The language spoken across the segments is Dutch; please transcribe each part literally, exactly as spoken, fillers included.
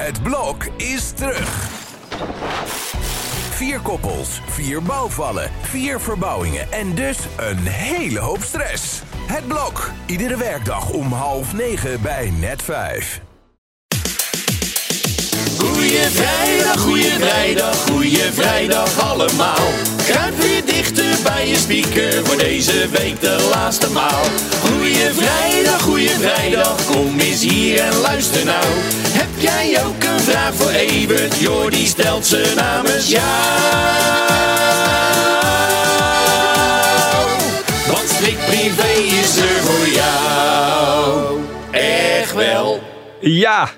Het blok is terug. Vier koppels, vier bouwvallen, vier verbouwingen en dus een hele hoop stress. Het blok, iedere werkdag om half negen bij Net vijf. Goeie vrijdag, goeie vrijdag, goeie vrijdag allemaal. Kruip weer dichter bij je speaker voor deze week de laatste maal. Goeie vrijdag, goeie vrijdag, kom eens hier en luister nou. Heb jij ook een vraag voor Evert? Jordi stelt ze namens jou. Want Strik Privé is er voor jou. Echt wel. Ja.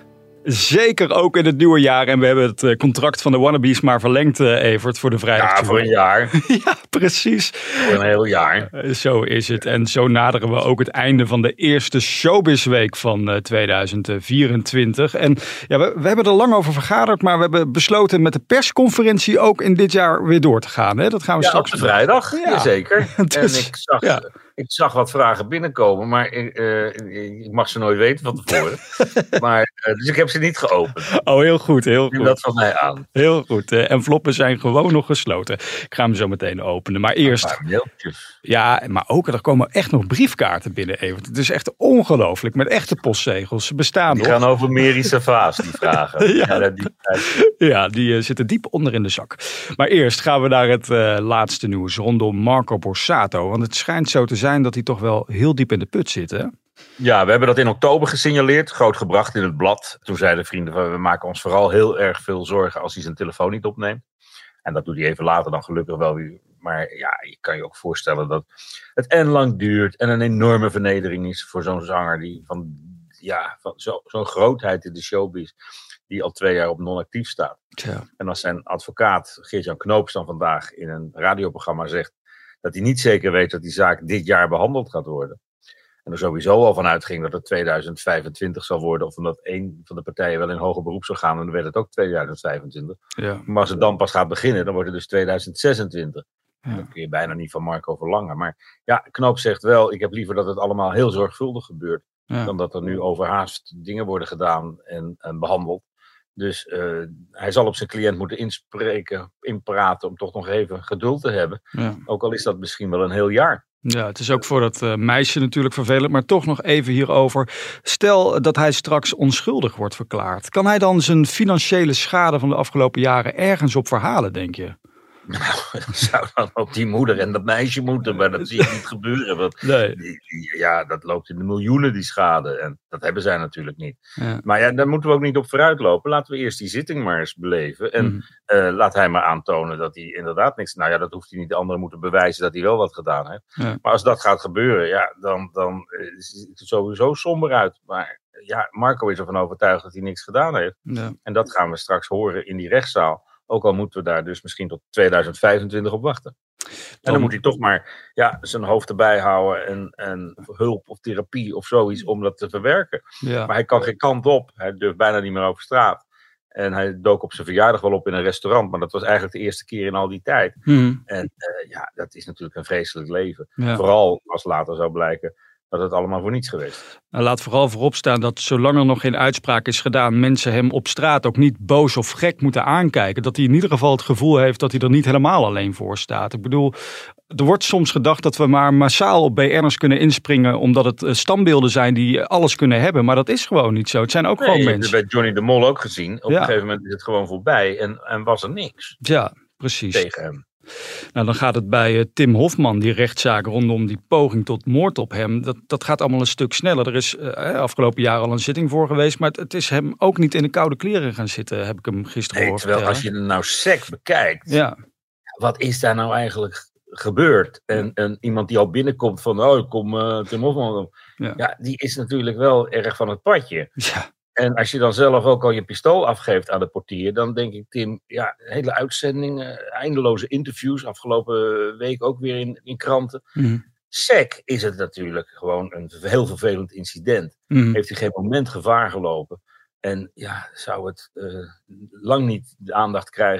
Zeker ook in het nieuwe jaar. En we hebben het contract van de Wannabes maar verlengd, uh, Evert, voor de vrijdag. Ja, voor een jaar. Ja, precies. Voor een heel jaar. Uh, zo is het. En zo naderen we ook het einde van de eerste Showbiz-week van uh, tweeduizend vierentwintig. En ja, we, we hebben er lang over vergaderd, maar we hebben besloten met de persconferentie ook in dit jaar weer door te gaan. Hè? Dat gaan we ja, straks op de vrijdag. Ja. Jazeker. Dus, en ik zag... Ja. Ik zag wat vragen binnenkomen, maar ik, uh, ik mag ze nooit weten van tevoren. maar, uh, dus ik heb ze niet geopend. Oh, heel goed, heel goed. Neem dat van mij aan. Heel goed. De enveloppen zijn gewoon nog gesloten. Ik ga hem zo meteen openen. Maar eerst... Een paar mailtjes. Ja, maar ook er komen echt nog briefkaarten binnen, Evert. Het is echt ongelooflijk, met echte postzegels. Ze bestaan Die nog. gaan over Meri Savaas, die vragen. ja, ja, die, ja, die uh, zitten diep onder in de zak. Maar eerst gaan we naar het uh, laatste nieuws rondom Marco Borsato. Want het schijnt zo te zijn dat hij toch wel heel diep in de put zit, hè? Ja, we hebben dat in oktober gesignaleerd, groot gebracht in het blad. Toen zeiden vrienden, we maken ons vooral heel erg veel zorgen als hij zijn telefoon niet opneemt. En dat doet hij even later dan gelukkig wel weer. Maar ja, je kan je ook voorstellen dat het en lang duurt en een enorme vernedering is voor zo'n zanger die van, ja, van zo, zo'n grootheid in de showbiz, die al twee jaar op non-actief staat. Ja. En als zijn advocaat Geert-Jan Knoops dan vandaag in een radioprogramma zegt dat hij niet zeker weet dat die zaak dit jaar behandeld gaat worden. En er sowieso al van uitging dat het tweeduizend vijfentwintig zal worden. Of omdat één van de partijen wel in hoger beroep zou gaan. En dan werd het ook tweeduizend vijfentwintig. Ja. Maar als het dan pas gaat beginnen, dan wordt het dus tweeduizend zesentwintig. Ja. Dat kun je bijna niet van Marco verlangen. Maar ja, Knoop zegt wel, ik heb liever dat het allemaal heel zorgvuldig gebeurt. Ja. Dan dat er nu overhaast dingen worden gedaan en, en behandeld. Dus uh, hij zal op zijn cliënt moeten inspreken, inpraten om toch nog even geduld te hebben. Ja. Ook al is dat misschien wel een heel jaar. Ja, het is ook voor dat uh, meisje natuurlijk vervelend, maar toch nog even hierover. Stel dat hij straks onschuldig wordt verklaard. Kan hij dan zijn financiële schade van de afgelopen jaren ergens op verhalen, denk je? Nou, dat zou dan op die moeder en dat meisje moeten, maar dat zie je niet gebeuren. Want Nee. die, die, ja, dat loopt in de miljoenen, die schade. En dat hebben zij natuurlijk niet. Ja. Maar ja, daar moeten we ook niet op vooruitlopen. Laten we eerst die zitting maar eens beleven. En Mm. uh, laat hij maar aantonen dat hij inderdaad niks... Nou ja, dat hoeft hij niet. De anderen moeten bewijzen dat hij wel wat gedaan heeft. Ja. Maar als dat gaat gebeuren, ja, dan, dan uh, ziet het sowieso somber uit. Maar ja, Marco is ervan overtuigd dat hij niks gedaan heeft. Ja. En dat gaan we straks horen in die rechtszaal. Ook al moeten we daar dus misschien tot tweeduizend vijfentwintig op wachten. En dan, dan moet hij toch maar ja, zijn hoofd erbij houden en, en hulp of therapie of zoiets om dat te verwerken. Ja. Maar hij kan geen kant op. Hij durft bijna niet meer over straat. En hij dook op zijn verjaardag wel op in een restaurant. Maar dat was eigenlijk de eerste keer in al die tijd. Hmm. En uh, ja, dat is natuurlijk een vreselijk leven. Ja. Vooral als later zou blijken dat het allemaal voor niets geweest is. Nou, laat vooral voorop staan dat zolang er nog geen uitspraak is gedaan, mensen hem op straat ook niet boos of gek moeten aankijken. Dat hij in ieder geval het gevoel heeft dat hij er niet helemaal alleen voor staat. Ik bedoel, er wordt soms gedacht dat we maar massaal op B N'ers kunnen inspringen omdat het uh, standbeelden zijn die alles kunnen hebben. Maar dat is gewoon niet zo. Het zijn ook Nee, gewoon je mensen. hebt bij Johnny de Mol ook gezien. Op Ja. een gegeven moment is het gewoon voorbij en, en was er niks Ja, precies. tegen hem. Nou, dan gaat het bij uh, Tim Hofman, die rechtszaak rondom die poging tot moord op hem. Dat, dat gaat allemaal een stuk sneller. Er is uh, afgelopen jaar al een zitting voor geweest. Maar het, het is hem ook niet in de koude kleren gaan zitten, heb ik hem gisteren Nee, horen terwijl als vertellen. je nou sec bekijkt, Ja, wat is daar nou eigenlijk gebeurd? En, en iemand die al binnenkomt van, oh, ik kom uh, Tim Hofman. Ja. Ja, die is natuurlijk wel erg van het padje. ja, En als je dan zelf ook al je pistool afgeeft aan de portier, dan denk ik, Tim, ja, hele uitzending, uh, eindeloze interviews, afgelopen week ook weer in, in kranten. mhm, Sec is het natuurlijk gewoon een heel vervelend incident. mhm. Heeft hij geen moment gevaar gelopen. En ja, zou het uh, lang niet de aandacht krijgen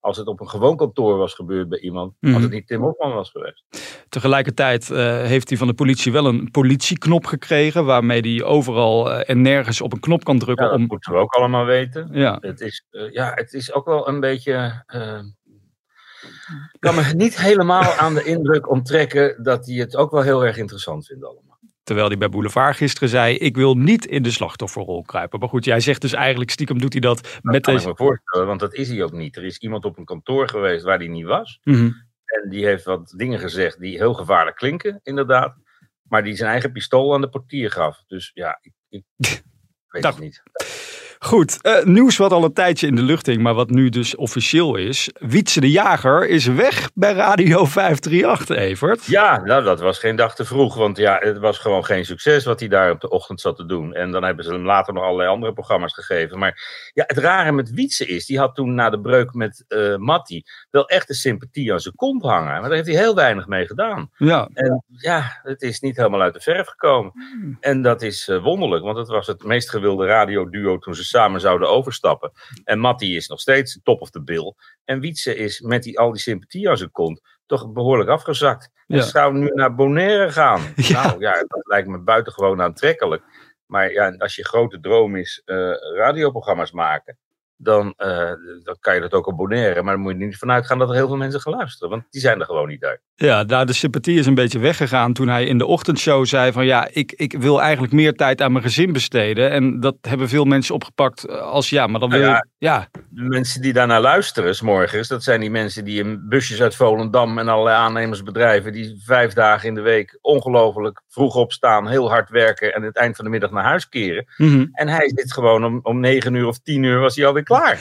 als het op een gewoon kantoor was gebeurd bij iemand, Mm. als het niet Tim Hofman was geweest. Tegelijkertijd uh, heeft hij van de politie wel een politieknop gekregen, waarmee hij overal uh, en nergens op een knop kan drukken. Ja, dat om... moeten we ook allemaal weten. Ja. Het is, uh, ja, het is ook wel een beetje... Uh, ik kan me niet helemaal aan de indruk onttrekken dat hij het ook wel heel erg interessant vindt allemaal. Terwijl hij bij Boulevard gisteren zei, ik wil niet in de slachtofferrol kruipen. Maar goed, jij zegt dus eigenlijk stiekem doet hij dat, dat met kan deze... ik me voorstellen, want dat is hij ook niet. Er is iemand op een kantoor geweest waar hij niet was. Mm-hmm. En die heeft wat dingen gezegd die heel gevaarlijk klinken, inderdaad. Maar die zijn eigen pistool aan de portier gaf. Dus ja, ik, ik weet dat... het niet. Goed, uh, nieuws wat al een tijdje in de lucht hing, maar wat nu dus officieel is. Wietse de Jager is weg bij Radio vijf drie acht, Evert. Ja, nou dat was geen dag te vroeg, want ja, het was gewoon geen succes wat hij daar op de ochtend zat te doen. En dan hebben ze hem later nog allerlei andere programma's gegeven. Maar ja, het rare met Wietse is, die had toen na de breuk met uh, Matti wel echt de sympathie aan zijn kont hangen. Maar daar heeft hij heel weinig mee gedaan. Ja. En ja, het is niet helemaal uit de verf gekomen. Hmm. En dat is uh, wonderlijk, want het was het meest gewilde radioduo toen ze samen zouden overstappen. En Matti is nog steeds top of the bill. En Wietse is met die, al die sympathie aan zijn kont toch behoorlijk afgezakt. Ja. En ze zou nu naar Bonaire gaan. Ja. Nou ja, dat lijkt me buitengewoon aantrekkelijk. Maar ja, als je grote droom is uh, radioprogramma's maken, dan, uh, dan kan je dat ook op Bonaire. Maar dan moet je niet vanuit gaan dat er heel veel mensen gaan luisteren. Want die zijn er gewoon niet uit. Ja, nou, de sympathie is een beetje weggegaan toen hij in de ochtendshow zei van ja, ik, ik wil eigenlijk meer tijd aan mijn gezin besteden. En dat hebben veel mensen opgepakt als ja, maar dan wil nou ja, je... Ja. De mensen die daarnaar luisteren 's morgens, dat zijn die mensen die in busjes uit Volendam en allerlei aannemersbedrijven die vijf dagen in de week ongelooflijk vroeg opstaan, heel hard werken en aan het eind van de middag naar huis keren. Mm-hmm. En hij zit gewoon om, om negen uur of tien uur was hij alweer klaar.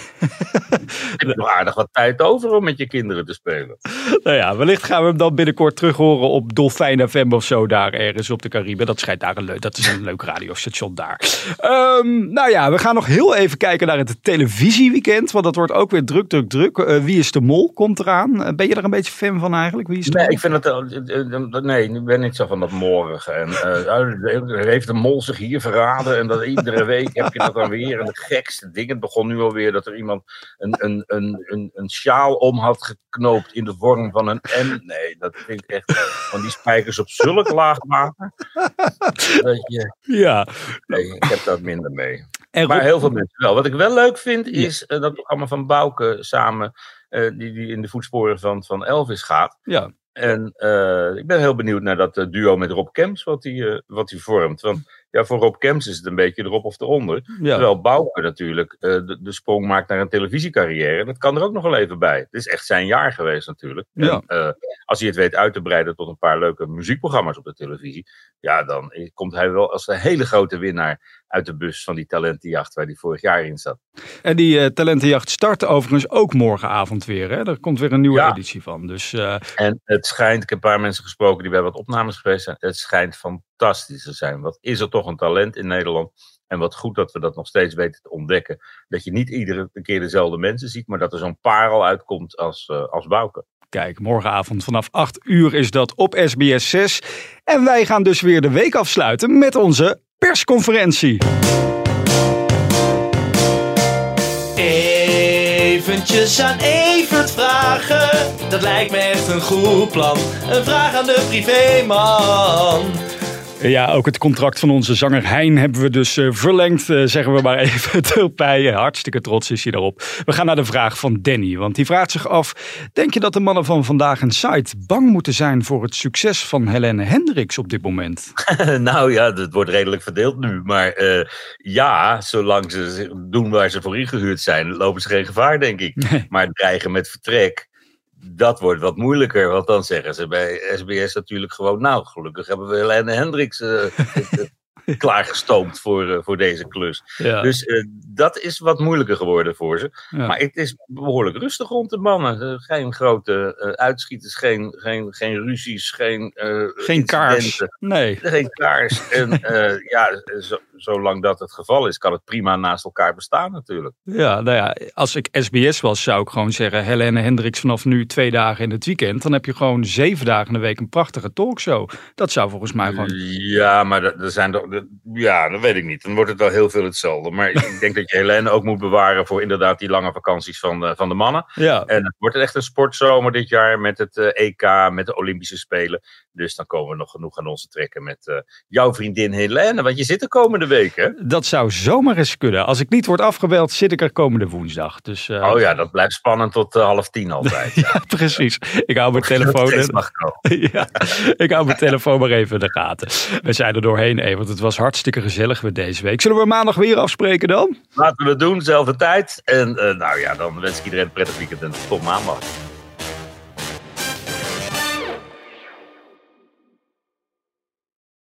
Heb je nog aardig wat tijd over om met je kinderen te spelen. Nou ja, wellicht gaan we hem dan binnenkort terug horen op Dolfijn F M of zo daar ergens op de Cariben. Dat schijnt daar een leuk, dat is een leuk radiostation daar. Um, nou ja, we gaan nog heel even kijken naar het televisieweekend, want dat wordt ook weer druk, druk, druk. Uh, Wie is de Mol komt eraan. Uh, ben je er een beetje fan van eigenlijk? Wie is de nee, Mol? Ik vind het, uh, uh, nee, ik ben niet zo van dat morgen. En uh, heeft de Mol zich hier verraden en dat iedere week heb je dat dan weer. En de gekste dingen. Het begon nu alweer dat er iemand een, een, een, een, een sjaal om had geknoopt in de vorm van een M. Nee, dat vind ik echt van die spijkers op zulk laag maken. Dat je, ja. Nee, ik heb daar minder mee. En maar Rob... heel veel mensen wel. Wat ik wel leuk vind is uh, dat programma van Bouke samen, uh, die, die in de voetsporen van, van Elvis gaat. Ja. En uh, ik ben heel benieuwd naar dat uh, duo met Rob Kemps, wat hij uh, wat hij vormt. Want ja, voor Rob Kemps is het een beetje erop of eronder. Ja. Terwijl Bouke natuurlijk uh, de, de sprong maakt naar een televisiecarrière. Dat kan er ook nog wel even bij. Het is echt zijn jaar geweest natuurlijk. Ja. En, uh, als hij het weet uit te breiden tot een paar leuke muziekprogramma's op de televisie, ja, dan komt hij wel als een hele grote winnaar uit de bus van die talentenjacht waar hij vorig jaar in zat. En die uh, talentenjacht start overigens ook morgenavond weer. Hè? Er komt weer een nieuwe ja. editie van. Dus, uh... En het schijnt, ik heb een paar mensen gesproken die bij wat opnames geweest zijn. Het schijnt fantastisch te zijn. Wat is er toch een talent in Nederland? En wat goed dat we dat nog steeds weten te ontdekken. Dat je niet iedere keer dezelfde mensen ziet, maar dat er zo'n parel uitkomt als, uh, als Bouke. Kijk, morgenavond vanaf acht uur is dat op S B S zes. En wij gaan dus weer de week afsluiten met onze persconferentie. Eventjes aan Evert vragen, dat lijkt me echt een goed plan. Een vraag aan de privéman. Ja, ook het contract van onze zanger Hein hebben we dus uh, verlengd, uh, zeggen we maar even erbij. Hartstikke trots is hij daarop. We gaan naar de vraag van Danny, want die vraagt zich af: denk je dat de mannen van Vandaag en Site bang moeten zijn voor het succes van Helene Hendricks op dit moment? Nou ja, het wordt redelijk verdeeld nu. Maar uh, ja, zolang ze doen waar ze voor ingehuurd zijn, lopen ze geen gevaar, denk ik. Nee. Maar dreigen met vertrek, dat wordt wat moeilijker, want dan zeggen ze bij S B S natuurlijk gewoon, nou, gelukkig hebben we Helene Hendricks uh, klaargestoomd voor, uh, voor deze klus. Ja. Dus uh, dat is wat moeilijker geworden voor ze. Ja. Maar het is behoorlijk rustig rond de mannen. Uh, geen grote uh, uitschieters, geen, geen, geen ruzies, geen uh, Geen kaars. Nee. Geen kaars. En uh, ja, zo, zolang dat het geval is, kan het prima naast elkaar bestaan natuurlijk. Ja, nou ja, als ik S B S was, zou ik gewoon zeggen, Helene Hendricks vanaf nu twee dagen in het weekend. Dan heb je gewoon zeven dagen in de week een prachtige talkshow. Dat zou volgens mij gewoon... Ja, maar er zijn toch... Ja, dat weet ik niet. Dan wordt het wel heel veel hetzelfde. Maar ik denk dat je Helene ook moet bewaren voor inderdaad die lange vakanties van de, van de mannen. Ja. En het wordt echt een sportzomer dit jaar met het uh, E K, met de Olympische Spelen. Dus dan komen we nog genoeg aan onze trekken met uh, jouw vriendin Helene. Want je zit er komende week, hè? Dat zou zomaar eens kunnen. Als ik niet word afgebeld, zit ik er komende woensdag. Dus, uh... Oh ja, dat blijft spannend tot uh, half tien altijd. Ja, ja precies. Ik hou mijn telefoon... ja, ik hou mijn telefoon maar even in de gaten. We zijn er doorheen, Evert. Het was hartstikke gezellig weer deze week. Zullen we maandag weer afspreken dan? Laten we het doen, zelfde tijd. En uh, nou ja, dan wens ik iedereen een prettig weekend en tot maandag.